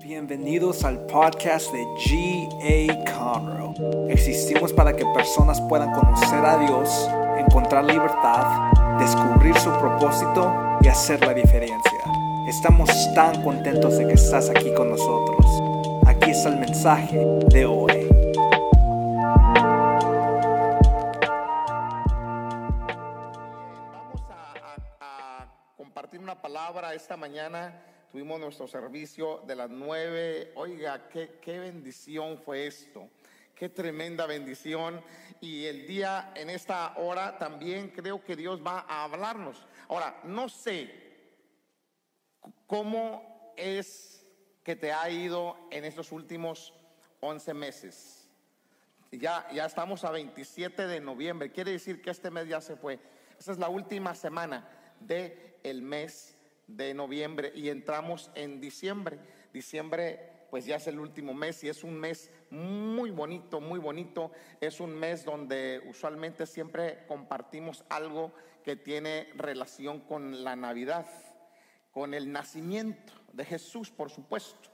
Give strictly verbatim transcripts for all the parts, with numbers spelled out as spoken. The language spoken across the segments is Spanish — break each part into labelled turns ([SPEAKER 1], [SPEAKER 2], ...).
[SPEAKER 1] Bienvenidos al podcast de G A Conroe. Existimos para que personas puedan conocer a Dios, encontrar libertad, descubrir su propósito y hacer la diferencia. Estamos tan contentos de que estás aquí con nosotros. Aquí está el mensaje de hoy.
[SPEAKER 2] Vamos a, a, a compartir una palabra esta mañana. Tuvimos nuestro servicio de las nueve. Oiga, qué, qué bendición fue esto. Qué tremenda bendición. Y el día, en esta hora, también creo que Dios va a hablarnos. Ahora, no sé cómo es que te ha ido en estos últimos once meses. Ya, ya estamos a veintisiete de noviembre. Quiere decir que este mes ya se fue. Esta es la última semana del mes de noviembre y entramos en diciembre. Diciembre pues ya es el último mes y es un mes muy bonito, muy bonito. Es un mes donde usualmente siempre compartimos algo que tiene relación con la Navidad, con el nacimiento de Jesús, por supuesto.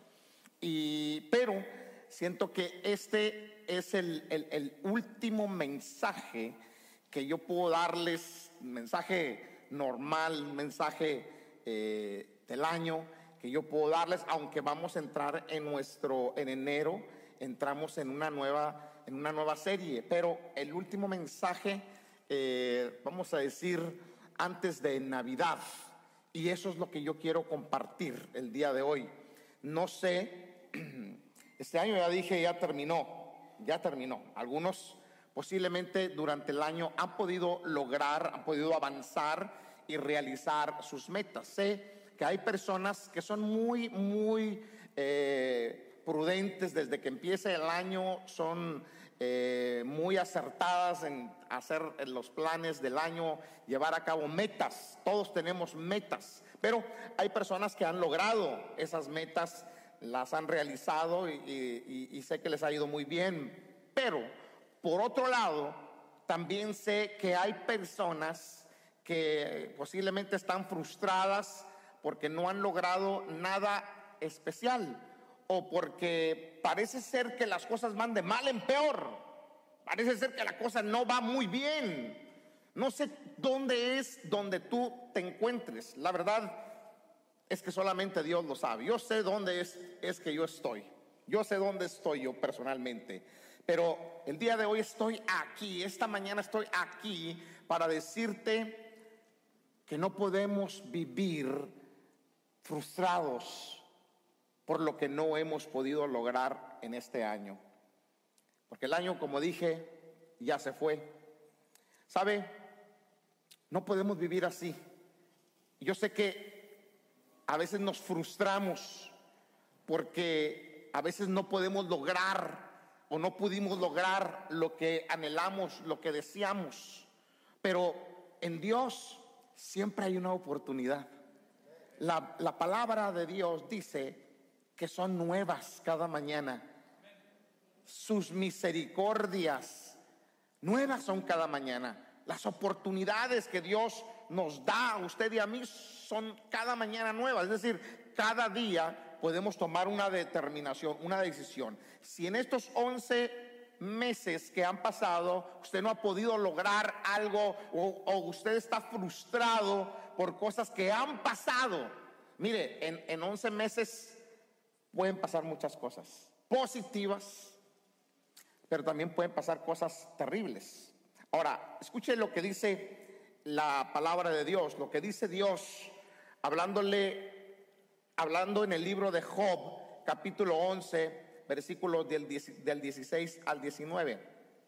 [SPEAKER 2] Y pero siento que este es el, el, el último mensaje que yo puedo darles, un mensaje normal, un mensaje eh, del año que yo puedo darles, aunque vamos a entrar en nuestro, en enero, entramos en una nueva, en una nueva serie, pero el último mensaje, eh, vamos a decir, antes de Navidad, y eso es lo que yo quiero compartir el día de hoy. No sé, este año ya dije, ya terminó, ya terminó. Algunos posiblemente durante el año han podido lograr, han podido avanzar y realizar sus metas. Sé que hay personas que son muy, muy eh, prudentes desde que empieza el año, son eh, muy acertadas en hacer los planes del año, llevar a cabo metas. Todos tenemos metas, pero hay personas que han logrado esas metas, las han realizado y, y, y sé que les ha ido muy bien. Pero por otro lado, también sé que hay personas que posiblemente están frustradas porque no han logrado nada especial o porque parece ser que las cosas van de mal en peor. Parece ser que la cosa no va muy bien. No sé dónde es donde tú te encuentres. La verdad es que solamente Dios lo sabe. Yo sé dónde es, es que yo estoy. Yo sé dónde estoy yo personalmente. Pero el día de hoy estoy aquí, esta mañana estoy aquí para decirte que no podemos vivir frustrados por lo que no hemos podido lograr en este año. Porque el año, como dije, ya se fue. ¿Sabe? No podemos vivir así. Yo sé que a veces nos frustramos porque a veces no podemos lograr o no pudimos lograr lo que anhelamos, lo que deseamos. Pero en Dios siempre hay una oportunidad. La, la palabra de Dios dice que son nuevas cada mañana. Sus misericordias nuevas son cada mañana. Las oportunidades que Dios nos da a usted y a mí son cada mañana nuevas. Es decir, cada día podemos tomar una determinación, una decisión. Si en estos once meses que han pasado usted no ha podido lograr algo o, o usted está frustrado por cosas que han pasado, mire, en, en once meses pueden pasar muchas cosas positivas, pero también pueden pasar cosas terribles. Ahora, escuche lo que dice la palabra de Dios, lo que dice Dios hablándole, hablando en el libro de Job, capítulo once, versículos del dieciséis al diecinueve.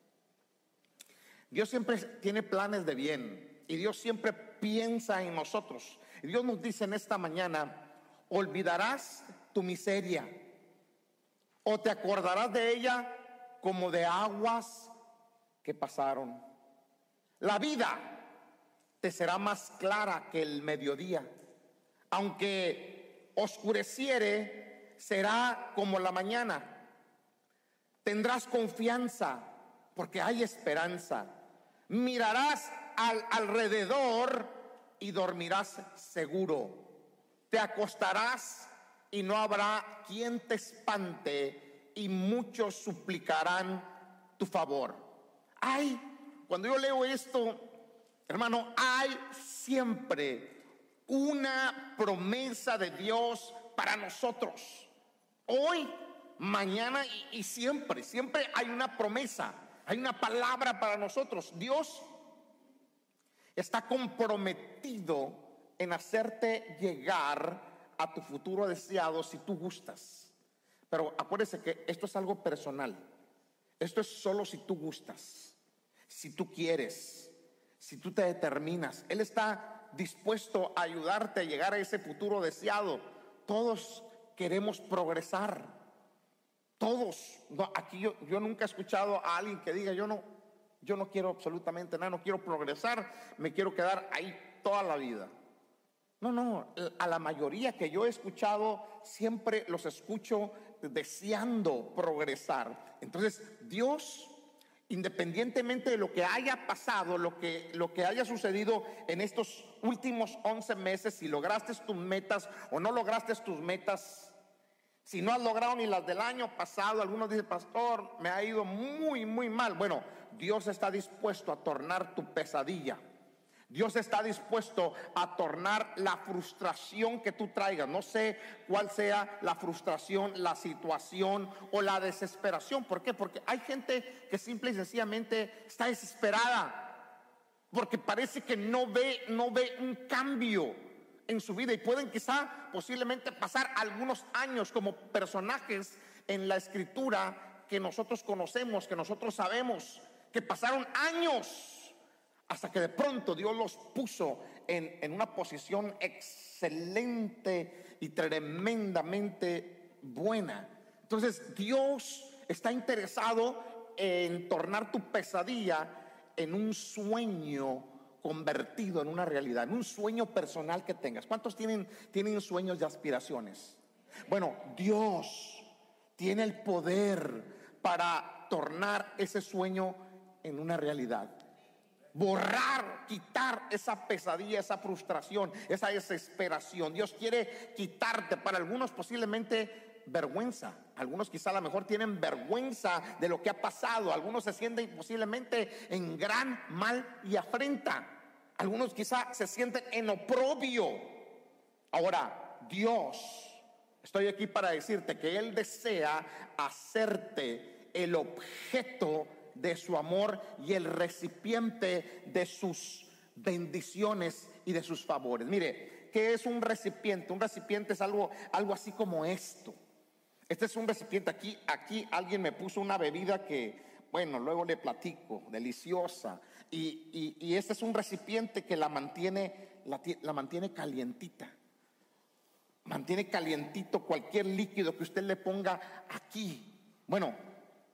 [SPEAKER 2] Dios siempre tiene planes de bien y Dios siempre piensa en nosotros. Y Dios nos dice en esta mañana: olvidarás tu miseria o te acordarás de ella como de aguas que pasaron. La vida te será más clara que el mediodía, aunque oscureciere, será como la mañana. Tendrás confianza porque hay esperanza. Mirarás al alrededor y dormirás seguro. Te acostarás y no habrá quien te espante, y muchos suplicarán tu favor. Hay, cuando yo leo esto, hermano, hay siempre una promesa de Dios para nosotros. Hoy, mañana y, y siempre, siempre hay una promesa, hay una palabra para nosotros. Dios está comprometido en hacerte llegar a tu futuro deseado si tú gustas. Pero acuérdese que esto es algo personal. Esto es solo si tú gustas, si tú quieres, si tú te determinas. Él está dispuesto a ayudarte a llegar a ese futuro deseado. Todos queremos progresar. Todos. No, aquí yo, yo nunca he escuchado a alguien que diga: yo no, yo no quiero absolutamente nada, no quiero progresar, me quiero quedar ahí toda la vida. No, no, a la mayoría que yo he escuchado siempre los escucho deseando progresar. Entonces Dios, independientemente de lo que haya pasado, lo que, lo que haya sucedido en estos últimos once meses, si lograste tus metas o no lograste tus metas, si no has logrado ni las del año pasado, algunos dicen: pastor, me ha ido muy, muy mal. Bueno, Dios está dispuesto a tornar tu pesadilla. Dios está dispuesto a tornar la frustración que tú traigas. No sé cuál sea la frustración, la situación o la desesperación. ¿Por qué? Porque hay gente que simple y sencillamente está desesperada porque parece que no ve, no ve un cambio en su vida, y pueden quizá posiblemente pasar algunos años como personajes en la escritura que nosotros conocemos, que nosotros sabemos, que pasaron años hasta que de pronto Dios los puso en, en una posición excelente y tremendamente buena. Entonces Dios está interesado en tornar tu pesadilla en un sueño convertido en una realidad, en un sueño personal que tengas. ¿Cuántos tienen, tienen sueños y aspiraciones? Bueno, Dios tiene el poder para tornar ese sueño en una realidad. Borrar, quitar esa pesadilla, esa frustración, esa desesperación. Dios quiere quitarte, para algunos posiblemente vergüenza. Algunos quizá a lo mejor tienen vergüenza de lo que ha pasado. Algunos se sienten posiblemente en gran mal y afrenta. Algunos quizá se sienten en oprobio. Ahora, Dios, estoy aquí para decirte que Él desea hacerte el objeto de su amor y el recipiente de sus bendiciones y de sus favores. Mire, ¿qué es un recipiente? Un recipiente es algo, algo así como esto. Este es un recipiente. Aquí, aquí alguien me puso una bebida que, bueno, luego le platico, deliciosa. Y, y, y este es un recipiente que la mantiene, la, la mantiene calientita. Mantiene calientito cualquier líquido que usted le ponga aquí. Bueno,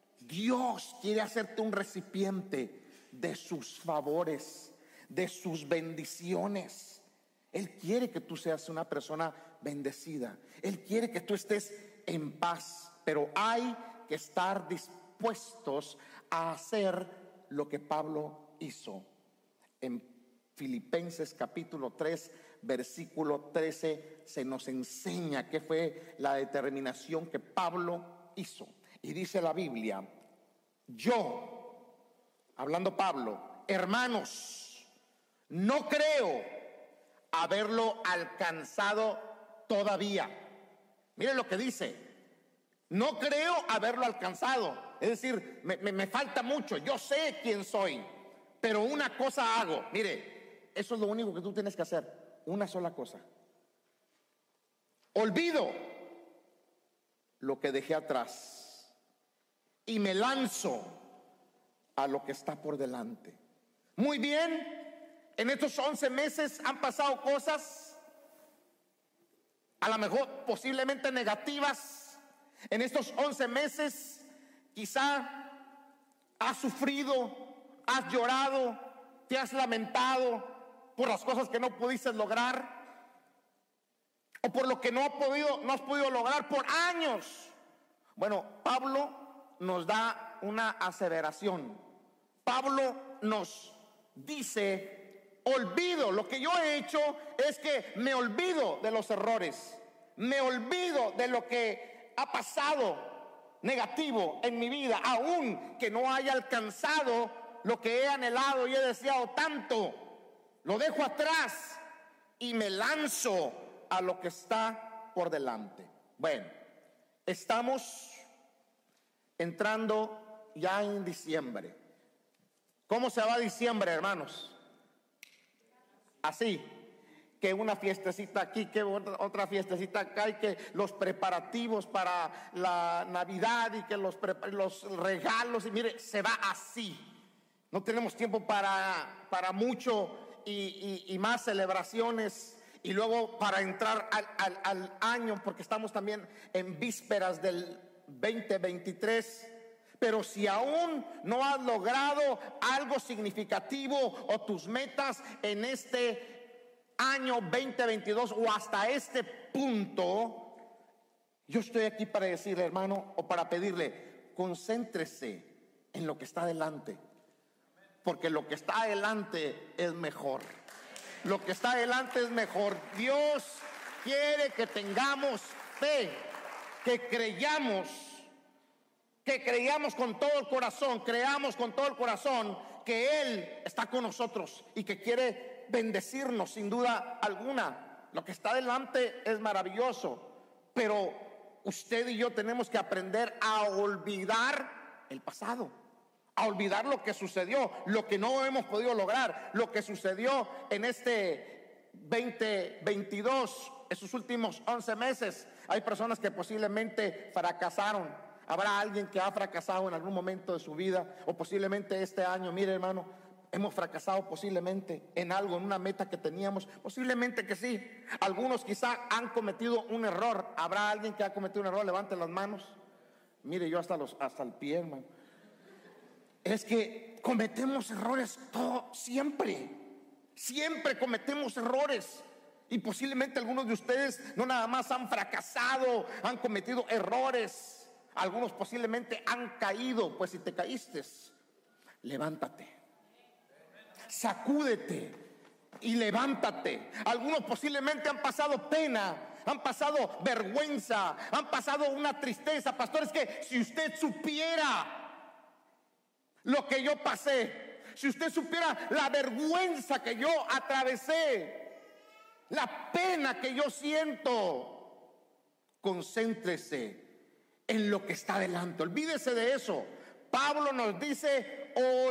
[SPEAKER 2] Dios quiere hacerte un recipiente de sus favores, de sus bendiciones. Él quiere que tú seas una persona bendecida. Él quiere que tú estés en paz, pero hay que estar dispuestos a hacer lo que Pablo hizo. En Filipenses capítulo tres, versículo trece, se nos enseña qué fue la determinación que Pablo hizo. Y dice la Biblia: yo, hablando Pablo, hermanos, no creo haberlo alcanzado todavía. Miren lo que dice: no creo haberlo alcanzado. Es decir, me, me, me falta mucho. Yo sé quién soy, pero una cosa hago. Mire, eso es lo único que tú tienes que hacer. Una sola cosa. Olvido lo que dejé atrás y me lanzo a lo que está por delante. Muy bien, en estos once meses han pasado cosas, a lo mejor posiblemente negativas. En estos once meses quizá has sufrido, has llorado, te has lamentado por las cosas que no pudiste lograr, o por lo que no, ha podido, no has podido lograr por años. Bueno, Pablo nos da una aseveración. Pablo nos dice: olvido, lo que yo he hecho es que me olvido de los errores, me olvido de lo que ha pasado negativo en mi vida, aún que no haya alcanzado lo que he anhelado y he deseado tanto. Lo dejo atrás y me lanzo a lo que está por delante. Bueno, estamos entrando ya en diciembre. ¿Cómo se va diciembre, hermanos? Así, que una fiestecita aquí, que otra, otra fiestecita acá, y que los preparativos para la Navidad y que los, los regalos, y mire, se va así. No tenemos tiempo para, para mucho y, y, y más celebraciones, y luego para entrar al, al, al año, porque estamos también en vísperas del veinte veintitrés. Pero si aún no has logrado algo significativo o tus metas en este año veinte veintidós o hasta este punto, yo estoy aquí para decirle, hermano, o para pedirle, concéntrese en lo que está adelante, porque lo que está adelante es mejor. Lo que está adelante es mejor. Dios quiere que tengamos fe, que creyamos, que creamos con todo el corazón, creamos con todo el corazón que Él está con nosotros y que quiere bendecirnos sin duda alguna. Lo que está adelante es maravilloso, pero usted y yo tenemos que aprender a olvidar el pasado, a olvidar lo que sucedió, lo que no hemos podido lograr, lo que sucedió en este veinte veintidós, esos últimos once meses. Hay personas que posiblemente fracasaron. Habrá alguien que ha fracasado en algún momento de su vida, o posiblemente este año. Mire, hermano, hemos fracasado posiblemente en algo, en una meta que teníamos, posiblemente que sí. Algunos quizá han cometido un error. ¿Habrá alguien que ha cometido un error? Levanten las manos. Mire, yo hasta, los, hasta el pie, hermano. Es que cometemos errores todo, siempre, siempre cometemos errores. Y posiblemente algunos de ustedes no nada más han fracasado, han cometido errores. Algunos posiblemente han caído. Pues si te caíste, levántate, sacúdete y levántate. Algunos posiblemente han pasado pena, han pasado vergüenza, han pasado una tristeza. Pastores, que si usted supiera lo que yo pasé, si usted supiera la vergüenza que yo atravesé, la pena que yo siento, concéntrese en lo que está adelante. Olvídese de eso. Pablo nos dice: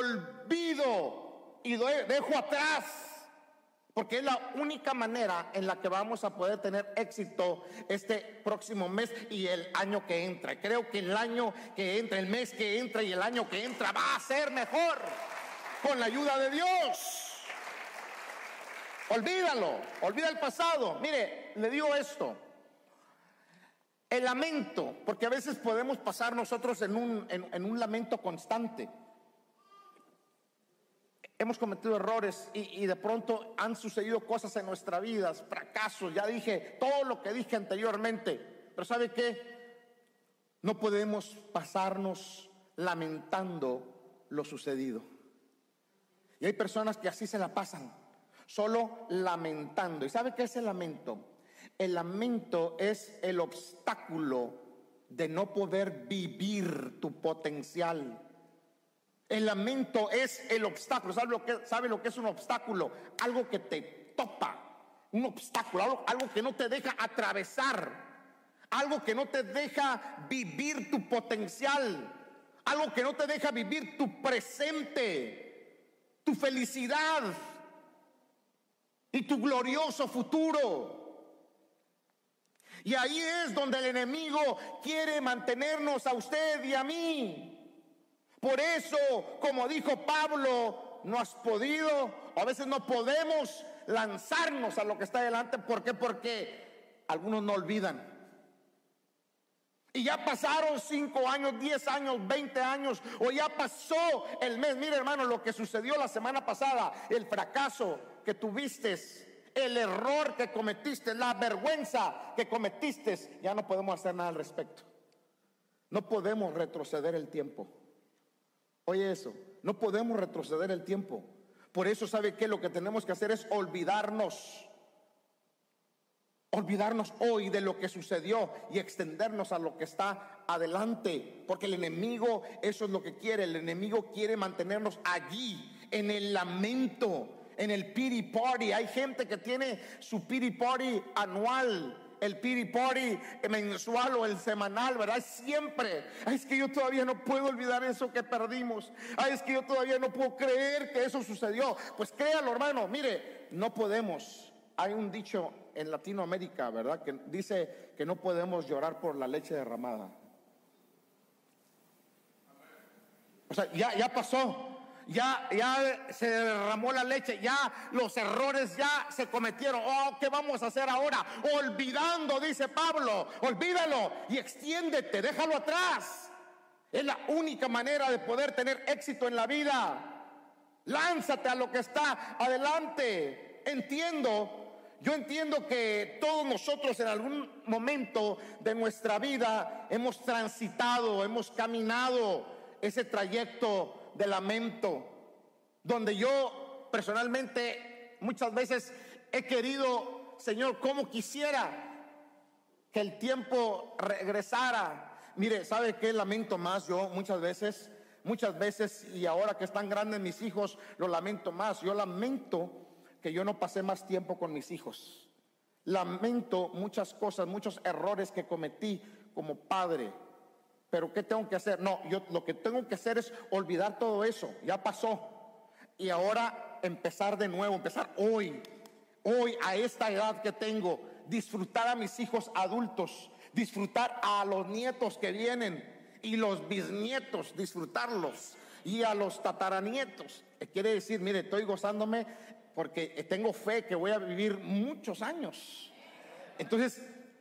[SPEAKER 2] olvido y dejo atrás, porque es la única manera en la que vamos a poder tener éxito este próximo mes y el año que entra. Creo que el año que entra, el mes que entra y el año que entra va a ser mejor con la ayuda de Dios. Olvídalo, olvida el pasado. Mire, le digo esto: el lamento, porque a veces podemos pasar nosotros en un, en, en un lamento constante. Hemos cometido errores y, y de pronto han sucedido cosas en nuestra vida, fracasos. Ya dije todo lo que dije anteriormente, pero ¿sabe qué? No podemos pasarnos lamentando lo sucedido. Y hay personas que así se la pasan, solo lamentando. ¿Y sabe qué es el lamento? El lamento es el obstáculo de no poder vivir tu potencial. El lamento es el obstáculo. ¿Sabe lo que, sabe lo que es un obstáculo? Algo que te topa, un obstáculo, algo, algo que no te deja atravesar, algo que no te deja vivir tu potencial, algo que no te deja vivir tu presente, tu felicidad y tu glorioso futuro. Y ahí es donde el enemigo quiere mantenernos a usted y a mí. Por eso, como dijo Pablo, no has podido, a veces no podemos lanzarnos a lo que está delante. ¿Por qué? Porque algunos no olvidan. Y ya pasaron cinco años, diez años, veinte años, o ya pasó el mes. Mire, hermano, lo que sucedió la semana pasada, el fracaso que tuviste, el error que cometiste, la vergüenza que cometiste, ya no podemos hacer nada al respecto. No podemos retroceder el tiempo. Oye eso, no podemos retroceder el tiempo. Por eso, ¿sabe qué? Lo que tenemos que hacer es olvidarnos. olvidarnos hoy de lo que sucedió y extendernos a lo que está adelante, porque el enemigo eso es lo que quiere. El enemigo quiere mantenernos allí en el lamento, en el pity party. Hay gente que tiene su pity party anual, el pity party mensual o el semanal, ¿verdad? Siempre, ay, es que yo todavía no puedo olvidar eso que perdimos. Ay, es que yo todavía no puedo creer que eso sucedió. Pues créalo, hermano, mire, no podemos. Hay un dicho en Latinoamérica, ¿verdad?, que dice que no podemos llorar por la leche derramada. O sea, ya, ya pasó. Ya, ya se derramó la leche, ya los errores ya se cometieron. Oh, ¿qué vamos a hacer ahora? Olvidando, dice Pablo, olvídalo y extiéndete, déjalo atrás. Es la única manera de poder tener éxito en la vida. Lánzate a lo que está adelante. Entiendo, yo entiendo que todos nosotros en algún momento de nuestra vida hemos transitado, hemos caminado ese trayecto de lamento, donde yo personalmente muchas veces he querido, Señor, como quisiera que el tiempo regresara. Mire, ¿sabe qué lamento más yo muchas veces? Muchas veces, y ahora que están grandes mis hijos, lo lamento más. Yo lamento que yo no pasé más tiempo con mis hijos. Lamento muchas cosas, muchos errores que cometí como padre. Pero ¿qué tengo que hacer? No, yo lo que tengo que hacer es olvidar todo eso. Ya pasó. Y ahora empezar de nuevo, empezar hoy. Hoy, a esta edad que tengo, disfrutar a mis hijos adultos, disfrutar a los nietos que vienen y los bisnietos, disfrutarlos, y a los tataranietos. Quiere decir, mire, estoy gozándome porque tengo fe que voy a vivir muchos años. Entonces,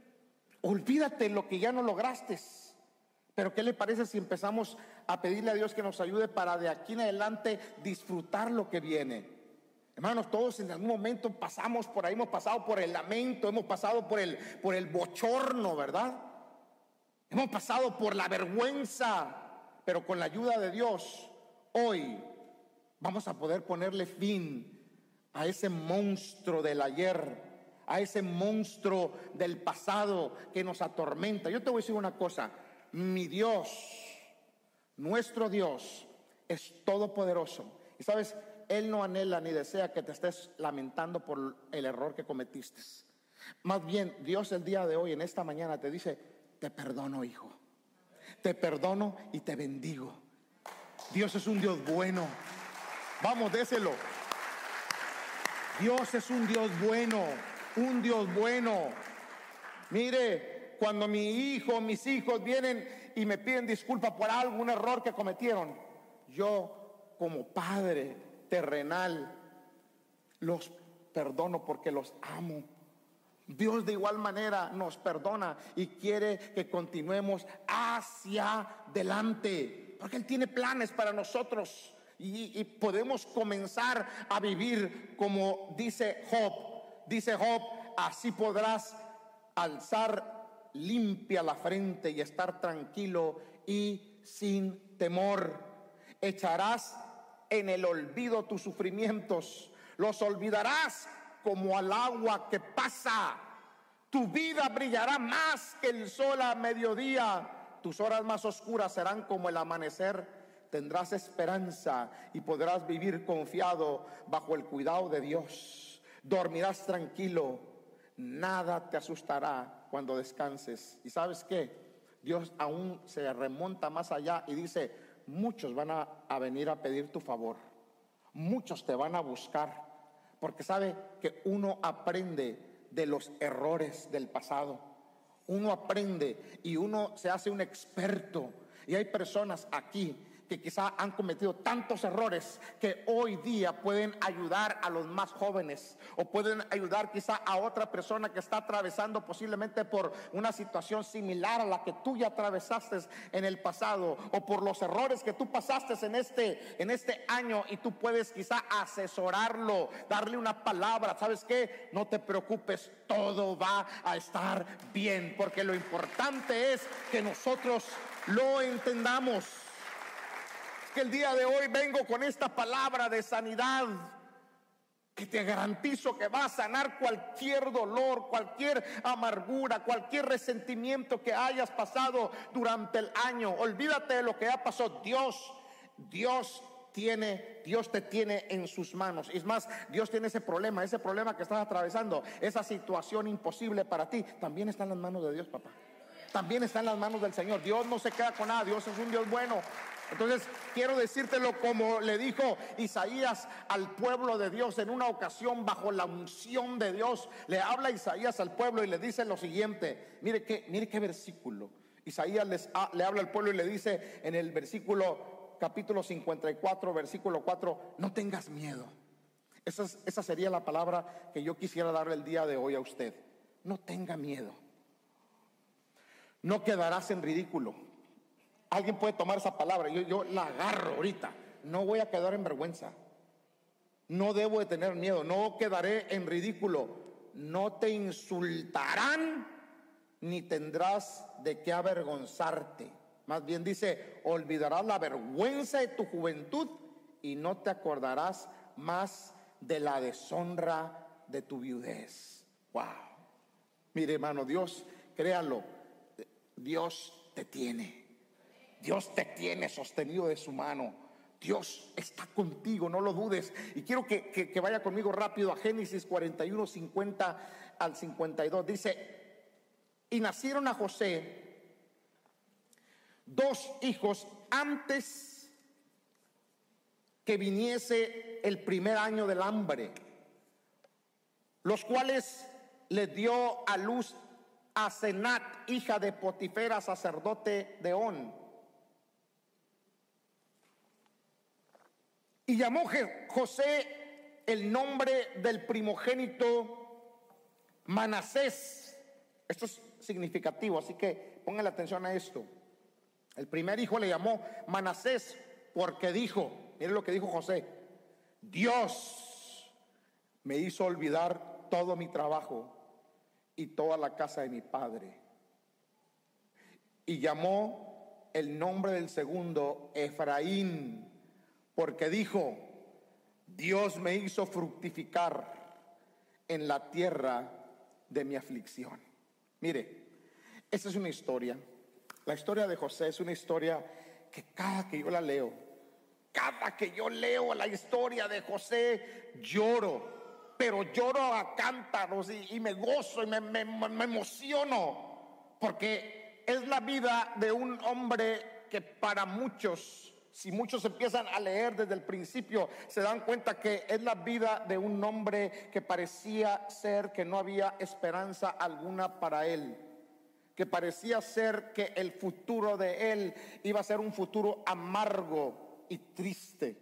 [SPEAKER 2] olvídate lo que ya no lograste. Pero ¿qué le parece si empezamos a pedirle a Dios que nos ayude para de aquí en adelante disfrutar lo que viene? Hermanos, todos en algún momento pasamos por ahí, hemos pasado por el lamento, hemos pasado por el, por el bochorno, ¿verdad? Hemos pasado por la vergüenza, pero con la ayuda de Dios, hoy vamos a poder ponerle fin a ese monstruo del ayer, a ese monstruo del pasado que nos atormenta. Yo te voy a decir una cosa. Mi Dios, nuestro Dios, es todopoderoso. Y sabes, Él no anhela ni desea que te estés lamentando por el error que cometiste. Más bien, Dios el día de hoy, en esta mañana, te dice: te perdono, hijo. Te perdono y te bendigo. Dios es un Dios bueno. Vamos, déselo. Dios es un Dios bueno, un Dios bueno. Mire, cuando mi hijo, mis hijos vienen y me piden disculpas por algún error que cometieron, yo como padre terrenal los perdono porque los amo. Dios de igual manera nos perdona y quiere que continuemos hacia adelante, porque Él tiene planes para nosotros y, y podemos comenzar a vivir como dice Job. Dice Job: así podrás alzar limpia la frente y estar tranquilo y sin temor. Echarás en el olvido tus sufrimientos, los olvidarás como al agua que pasa. Tu vida brillará más que el sol a mediodía. Tus horas más oscuras serán como el amanecer. Tendrás esperanza y podrás vivir confiado bajo el cuidado de Dios. Dormirás tranquilo, nada te asustará cuando descanses. ¿Y sabes qué? Dios aún se remonta más allá y dice: muchos van a, a venir a pedir tu favor, muchos te van a buscar, porque sabe que uno aprende de los errores del pasado, uno aprende y uno se hace un experto. Y hay personas aquí que quizá han cometido tantos errores que hoy día pueden ayudar a los más jóvenes, o pueden ayudar quizá a otra persona que está atravesando posiblemente por una situación similar a la que tú ya atravesaste en el pasado, o por los errores que tú pasaste en este, en este año, y tú puedes quizá asesorarlo, darle una palabra. ¿Sabes qué? No te preocupes, todo va a estar bien, porque lo importante es que nosotros lo entendamos. Que el día de hoy vengo con esta palabra de sanidad, que te garantizo que va a sanar cualquier dolor, cualquier amargura, cualquier resentimiento que hayas pasado durante el año. Olvídate de lo que ya pasó. Dios, Dios tiene, Dios te tiene en sus manos. Es más, Dios tiene ese problema, ese problema que estás atravesando, esa situación imposible para ti, también está en las manos de Dios, papá. También está en las manos del Señor. Dios no se queda con nada, Dios es un Dios bueno. Entonces quiero decírtelo como le dijo Isaías al pueblo de Dios en una ocasión bajo la unción de Dios. Le habla Isaías al pueblo y le dice lo siguiente. Mire qué, mire qué versículo. Isaías les, ah, le habla al pueblo y le dice en el versículo capítulo cincuenta y cuatro, versículo cuatro, no tengas miedo. Esa, es, esa sería la palabra que yo quisiera darle el día de hoy a usted. No tenga miedo. No quedarás en ridículo. Alguien puede tomar esa palabra, yo, yo la agarro ahorita. No voy a quedar en vergüenza. No debo de tener miedo. No quedaré en ridículo. No te insultarán ni tendrás de qué avergonzarte. Más bien dice, olvidarás la vergüenza de tu juventud y no te acordarás más de la deshonra de tu viudez. Wow. Mire, hermano, Dios, créalo, Dios te tiene. Dios te tiene sostenido de su mano. Dios está contigo, no lo dudes. Y quiero que, que, que vaya conmigo rápido a Génesis cuarenta y uno, cincuenta al cincuenta y dos. Dice, y nacieron a José dos hijos antes que viniese el primer año del hambre, los cuales le dio a luz a Senat, hija de Potifera, sacerdote de On. Y llamó José el nombre del primogénito Manasés. Esto es significativo, así que pongan atención a esto. El primer hijo le llamó Manasés porque dijo, miren lo que dijo José: Dios me hizo olvidar todo mi trabajo y toda la casa de mi padre. Y llamó el nombre del segundo Efraín, porque dijo, Dios me hizo fructificar en la tierra de mi aflicción. Mire, esta es una historia. La historia de José es una historia que cada que yo la leo, cada que yo leo la historia de José, lloro. Pero lloro a cántaros y, y me gozo y me, me, me emociono, porque es la vida de un hombre que para muchos, si muchos empiezan a leer desde el principio, se dan cuenta que es la vida de un hombre que parecía ser que no había esperanza alguna para él, que parecía ser que el futuro de él iba a ser un futuro amargo y triste.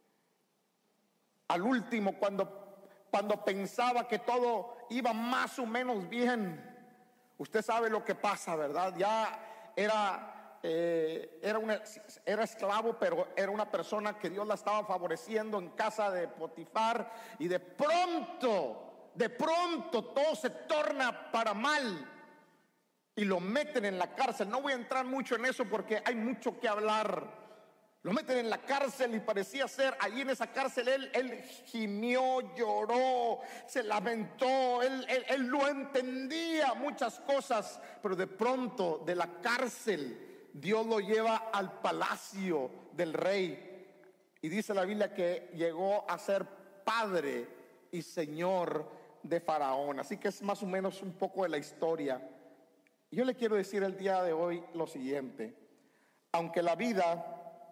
[SPEAKER 2] Al último, cuando Cuando pensaba que todo iba más o menos bien, usted sabe lo que pasa, ¿verdad? Ya era, eh, era, una, era esclavo, pero era una persona que Dios la estaba favoreciendo en casa de Potifar. Y de pronto, de pronto todo se torna para mal y lo meten en la cárcel. No voy a entrar mucho en eso porque hay mucho que hablar. Lo meten en la cárcel y parecía ser, allí en esa cárcel él, él gimió, lloró, se lamentó, él, él, él no entendía muchas cosas, pero de pronto de la cárcel Dios lo lleva al palacio del rey. Y dice la Biblia que llegó a ser padre y señor de Faraón. Así que es más o menos un poco de la historia. Y yo le quiero decir el día de hoy lo siguiente: aunque la vida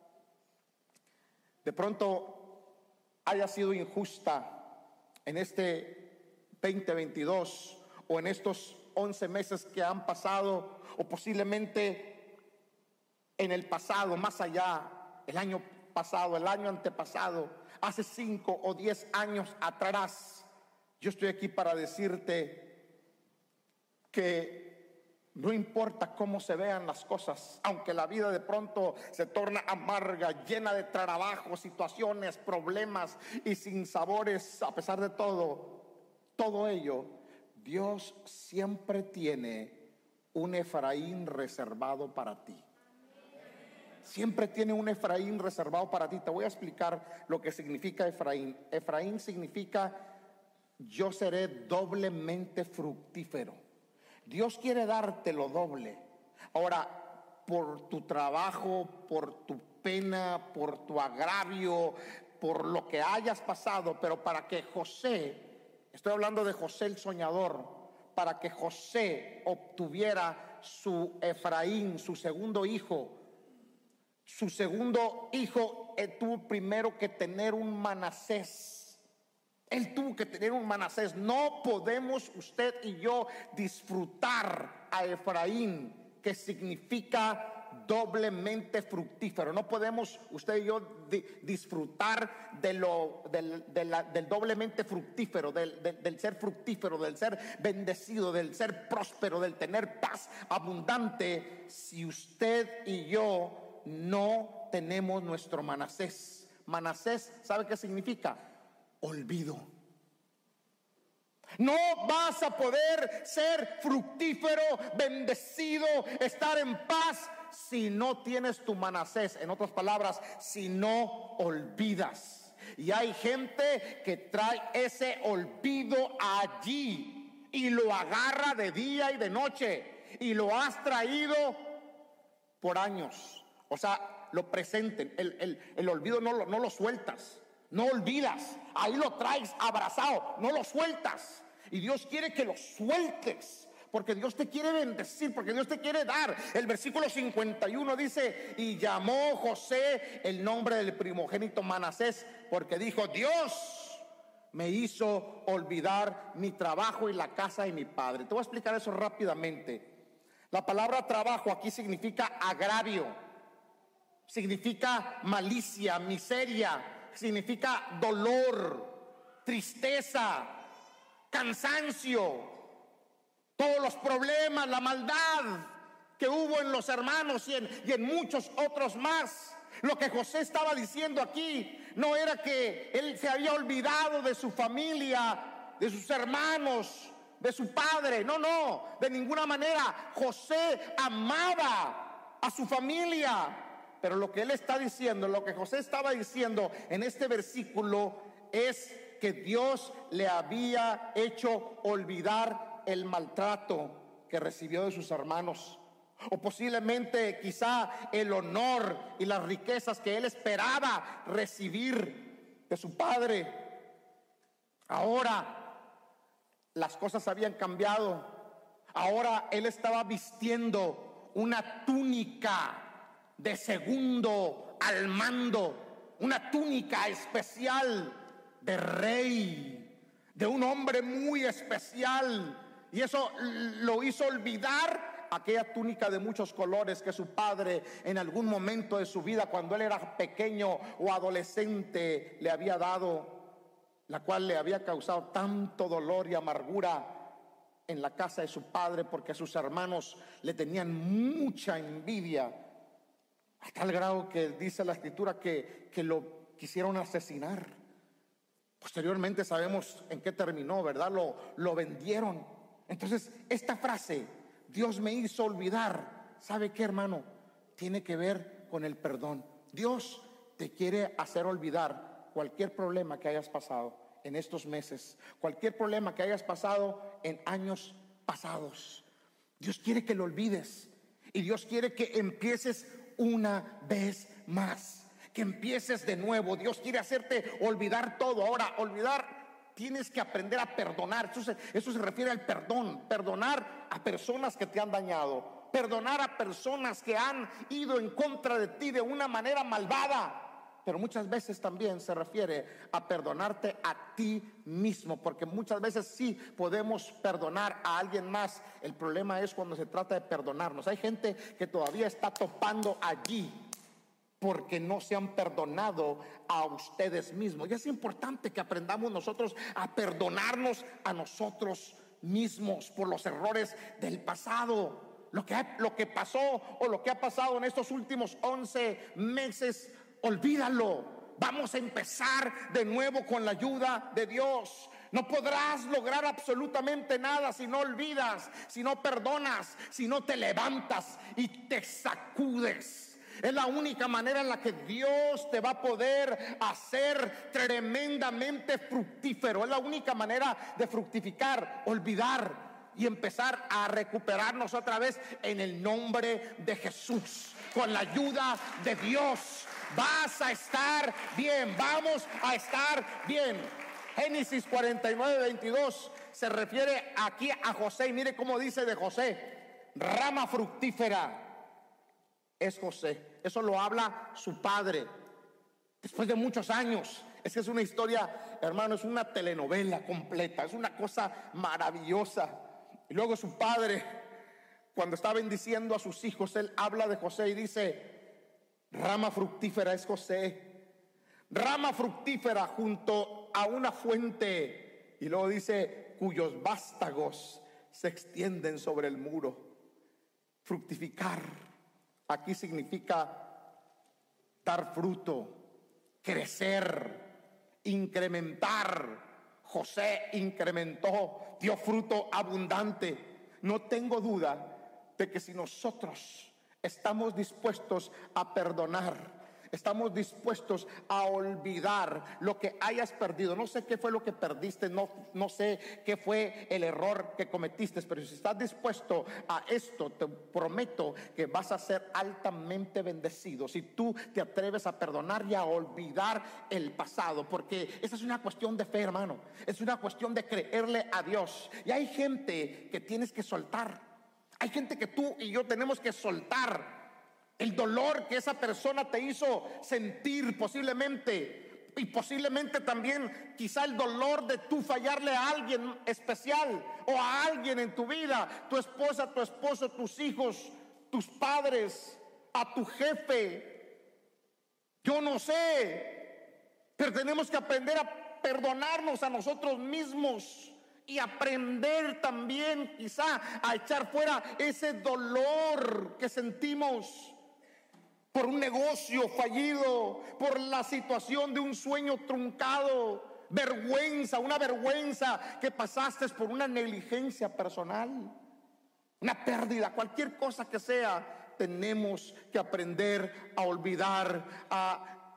[SPEAKER 2] de pronto haya sido injusta en este veinte veintidós o en estos once meses que han pasado, o posiblemente en el pasado, más allá, el año pasado, el año antepasado, hace cinco o diez años atrás, yo estoy aquí para decirte que no importa cómo se vean las cosas, aunque la vida de pronto se torna amarga, llena de trabajos, situaciones, problemas y sinsabores, a pesar de todo, todo ello, Dios siempre tiene un Efraín reservado para ti. siempre tiene un Efraín reservado para ti. Te voy a explicar lo que significa Efraín. Efraín significa: yo seré doblemente fructífero. Dios quiere darte lo doble. Ahora, por tu trabajo, por tu pena, por tu agravio, por lo que hayas pasado, pero para que José, estoy hablando de José el soñador, para que José obtuviera su Efraín, su segundo hijo, su segundo hijo eh, tuvo primero que tener un Manasés. Él tuvo que tener un Manasés. No podemos usted y yo disfrutar a Efraín, que significa doblemente fructífero. No podemos usted y yo di, disfrutar de lo, del, de la, del doblemente fructífero, del, del, del ser fructífero, del ser bendecido, del ser próspero, del tener paz abundante, si usted y yo no tenemos nuestro Manasés. Manasés, ¿sabe qué significa? Olvido. No vas a poder ser fructífero, bendecido, estar en paz si no tienes tu Manasés. En otras palabras, si no olvidas. Y hay gente que trae ese olvido allí y lo agarra de día y de noche, y lo has traído por años. O sea, lo presenten. El, el, el olvido no lo, no lo sueltas. No olvidas, ahí lo traes abrazado, no lo sueltas. Y Dios quiere que lo sueltes, porque Dios te quiere bendecir, porque Dios te quiere dar. El versículo cincuenta y uno dice: y llamó José el nombre del primogénito Manasés, porque dijo: Dios me hizo olvidar mi trabajo y la casa de mi padre. Te voy a explicar eso rápidamente. La palabra trabajo aquí significa agravio, significa malicia, miseria, significa dolor, tristeza, cansancio, todos los problemas, la maldad que hubo en los hermanos y en, y en muchos otros más. Lo que José estaba diciendo aquí no era que él se había olvidado de su familia, de sus hermanos, de su padre. No, no, de ninguna manera. José amaba a su familia. Pero lo que él está diciendo, lo que José estaba diciendo en este versículo, es que Dios le había hecho olvidar el maltrato que recibió de sus hermanos, o posiblemente quizá el honor y las riquezas que él esperaba recibir de su padre. Ahora las cosas habían cambiado. Ahora él estaba vistiendo una túnica de segundo al mando, una túnica especial de rey, de un hombre muy especial. Y eso lo hizo olvidar aquella túnica de muchos colores que su padre en algún momento de su vida, cuando él era pequeño o adolescente, le había dado, la cual le había causado tanto dolor y amargura en la casa de su padre, porque sus hermanos le tenían mucha envidia, a tal grado que dice la escritura que, que lo quisieron asesinar. Posteriormente sabemos en qué terminó, ¿verdad? Lo, lo vendieron. Entonces, esta frase, Dios me hizo olvidar, ¿sabe qué, hermano? Tiene que ver con el perdón. Dios te quiere hacer olvidar cualquier problema que hayas pasado en estos meses, cualquier problema que hayas pasado en años pasados. Dios quiere que lo olvides, y Dios quiere que empieces una vez más, que empieces de nuevo. Dios quiere hacerte olvidar todo. Ahora, olvidar, tienes que aprender a perdonar. Eso se, eso se refiere al perdón. Perdonar a personas que te han dañado, perdonar a personas que han ido en contra de ti de una manera malvada. Pero muchas veces también se refiere a perdonarte a ti mismo, porque muchas veces sí podemos perdonar a alguien más. El problema es cuando se trata de perdonarnos. Hay gente que todavía está topando allí porque no se han perdonado a ustedes mismos. Y es importante que aprendamos nosotros a perdonarnos a nosotros mismos por los errores del pasado. Lo que, ha, lo que pasó o lo que ha pasado en estos últimos once meses, olvídalo. Vamos a empezar de nuevo con la ayuda de Dios. No podrás lograr absolutamente nada si no olvidas, si no perdonas, si no te levantas y te sacudes Es la única manera en la que Dios te va a poder hacer tremendamente fructífero. Es la única manera de fructificar, olvidar y empezar a recuperarnos otra vez en el nombre de Jesús. Con la ayuda de Dios vas a estar bien, vamos a estar bien. Génesis cuarenta y nueve, veintidós se refiere aquí a José, y mire cómo dice de José: rama fructífera es José. Eso lo habla su padre después de muchos años. Es que es una historia, hermano, es una telenovela completa, es una cosa maravillosa. Y luego su padre, cuando está bendiciendo a sus hijos, él habla de José y dice: rama fructífera es José, rama fructífera junto a una fuente. Y luego dice: cuyos vástagos se extienden sobre el muro. Fructificar aquí significa dar fruto, crecer, incrementar. José incrementó, dio fruto abundante. No tengo duda de que si nosotros estamos dispuestos a perdonar, estamos dispuestos a olvidar lo que hayas perdido. No sé qué fue lo que perdiste, no, no sé qué fue el error que cometiste, pero si estás dispuesto a esto, te prometo que vas a ser altamente bendecido si tú te atreves a perdonar y a olvidar el pasado, porque esa es una cuestión de fe, hermano. Es una cuestión de creerle a Dios. Y hay gente que tienes que soltar. Hay gente que tú y yo tenemos que soltar. El dolor que esa persona te hizo sentir posiblemente, y posiblemente también quizá el dolor de tú fallarle a alguien especial o a alguien en tu vida, tu esposa, tu esposo, tus hijos, tus padres, a tu jefe. Yo no sé, pero tenemos que aprender a perdonarnos a nosotros mismos y aprender también quizá a echar fuera ese dolor que sentimos por un negocio fallido, por la situación de un sueño truncado, vergüenza, una vergüenza que pasaste por una negligencia personal, una pérdida, cualquier cosa que sea. Tenemos que aprender a olvidar, a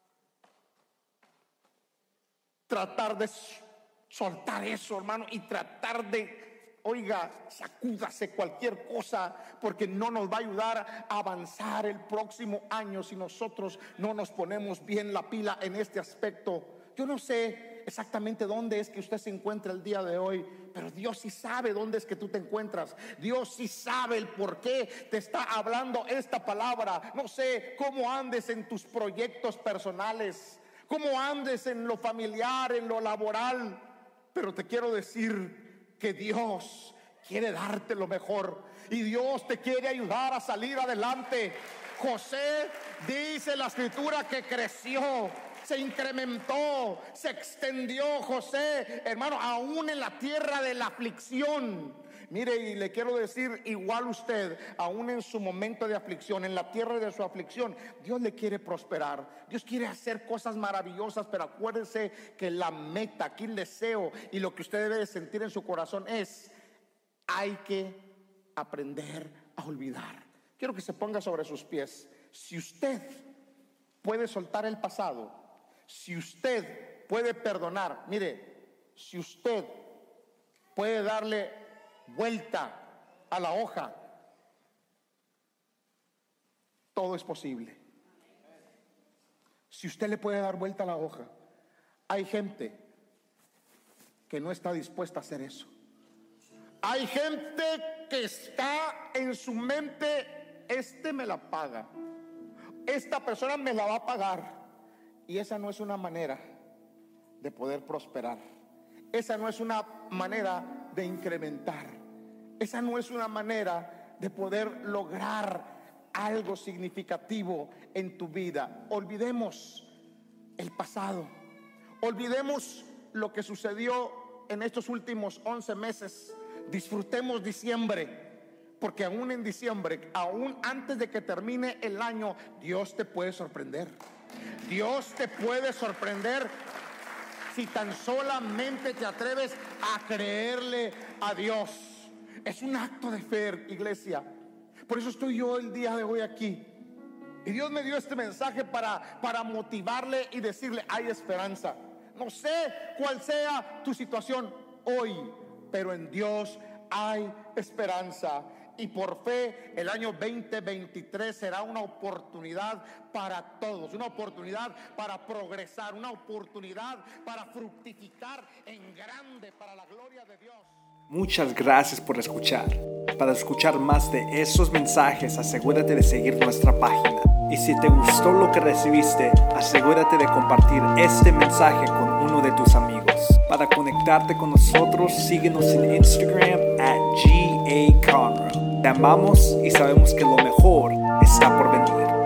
[SPEAKER 2] tratar de soltar eso, hermano, y tratar de, oiga, sacúdase cualquier cosa, porque no nos va a ayudar a avanzar el próximo año si nosotros no nos ponemos bien la pila en este aspecto. Yo no sé exactamente dónde es que usted se encuentra el día de hoy, pero Dios sí sabe dónde es que tú te encuentras. Dios sí sabe el por qué te está hablando esta palabra. No sé cómo andes en tus proyectos personales, cómo andes en lo familiar, en lo laboral, pero te quiero decir que Dios quiere darte lo mejor y Dios te quiere ayudar a salir adelante. José, dice la escritura, que creció, se incrementó, se extendió José, hermano, aún en la tierra de la aflicción. Mire, y le quiero decir, igual usted, aún en su momento de aflicción, en la tierra de su aflicción, Dios le quiere prosperar. Dios quiere hacer cosas maravillosas, pero acuérdese que la meta, aquí el deseo y lo que usted debe de sentir en su corazón es: hay que aprender a olvidar. Quiero que se ponga sobre sus pies. Si usted puede soltar el pasado, si usted puede perdonar, mire, si usted puede darle vuelta a la hoja, todo es posible. Si usted le puede dar vuelta a la hoja, hay gente que no está dispuesta a hacer eso. Hay gente que está en su mente: este me la paga, esta persona me la va a pagar. Y esa no es una manera de poder prosperar. Esa no es una manera de incrementar. Esa no es una manera de poder lograr algo significativo en tu vida. Olvidemos el pasado. Olvidemos lo que sucedió en estos últimos once meses. Disfrutemos diciembre, porque aún en diciembre, aún antes de que termine el año, Dios te puede sorprender. Dios te puede sorprender si tan solamente te atreves a creerle a Dios. Es un acto de fe, iglesia. Por eso estoy yo el día de hoy aquí. Y Dios me dio este mensaje para, para motivarle y decirle: hay esperanza. No sé cuál sea tu situación hoy, pero en Dios hay esperanza. Y por fe el año veinte veintitrés será una oportunidad para todos, una oportunidad para progresar, una oportunidad para fructificar en grande para la gloria de Dios.
[SPEAKER 1] Muchas gracias por escuchar. Para escuchar más de esos mensajes, asegúrate de seguir nuestra página. Y si te gustó lo que recibiste, asegúrate de compartir este mensaje con uno de tus amigos. Para conectarte con nosotros, síguenos en Instagram at G A Conroe. Te amamos y sabemos que lo mejor está por venir.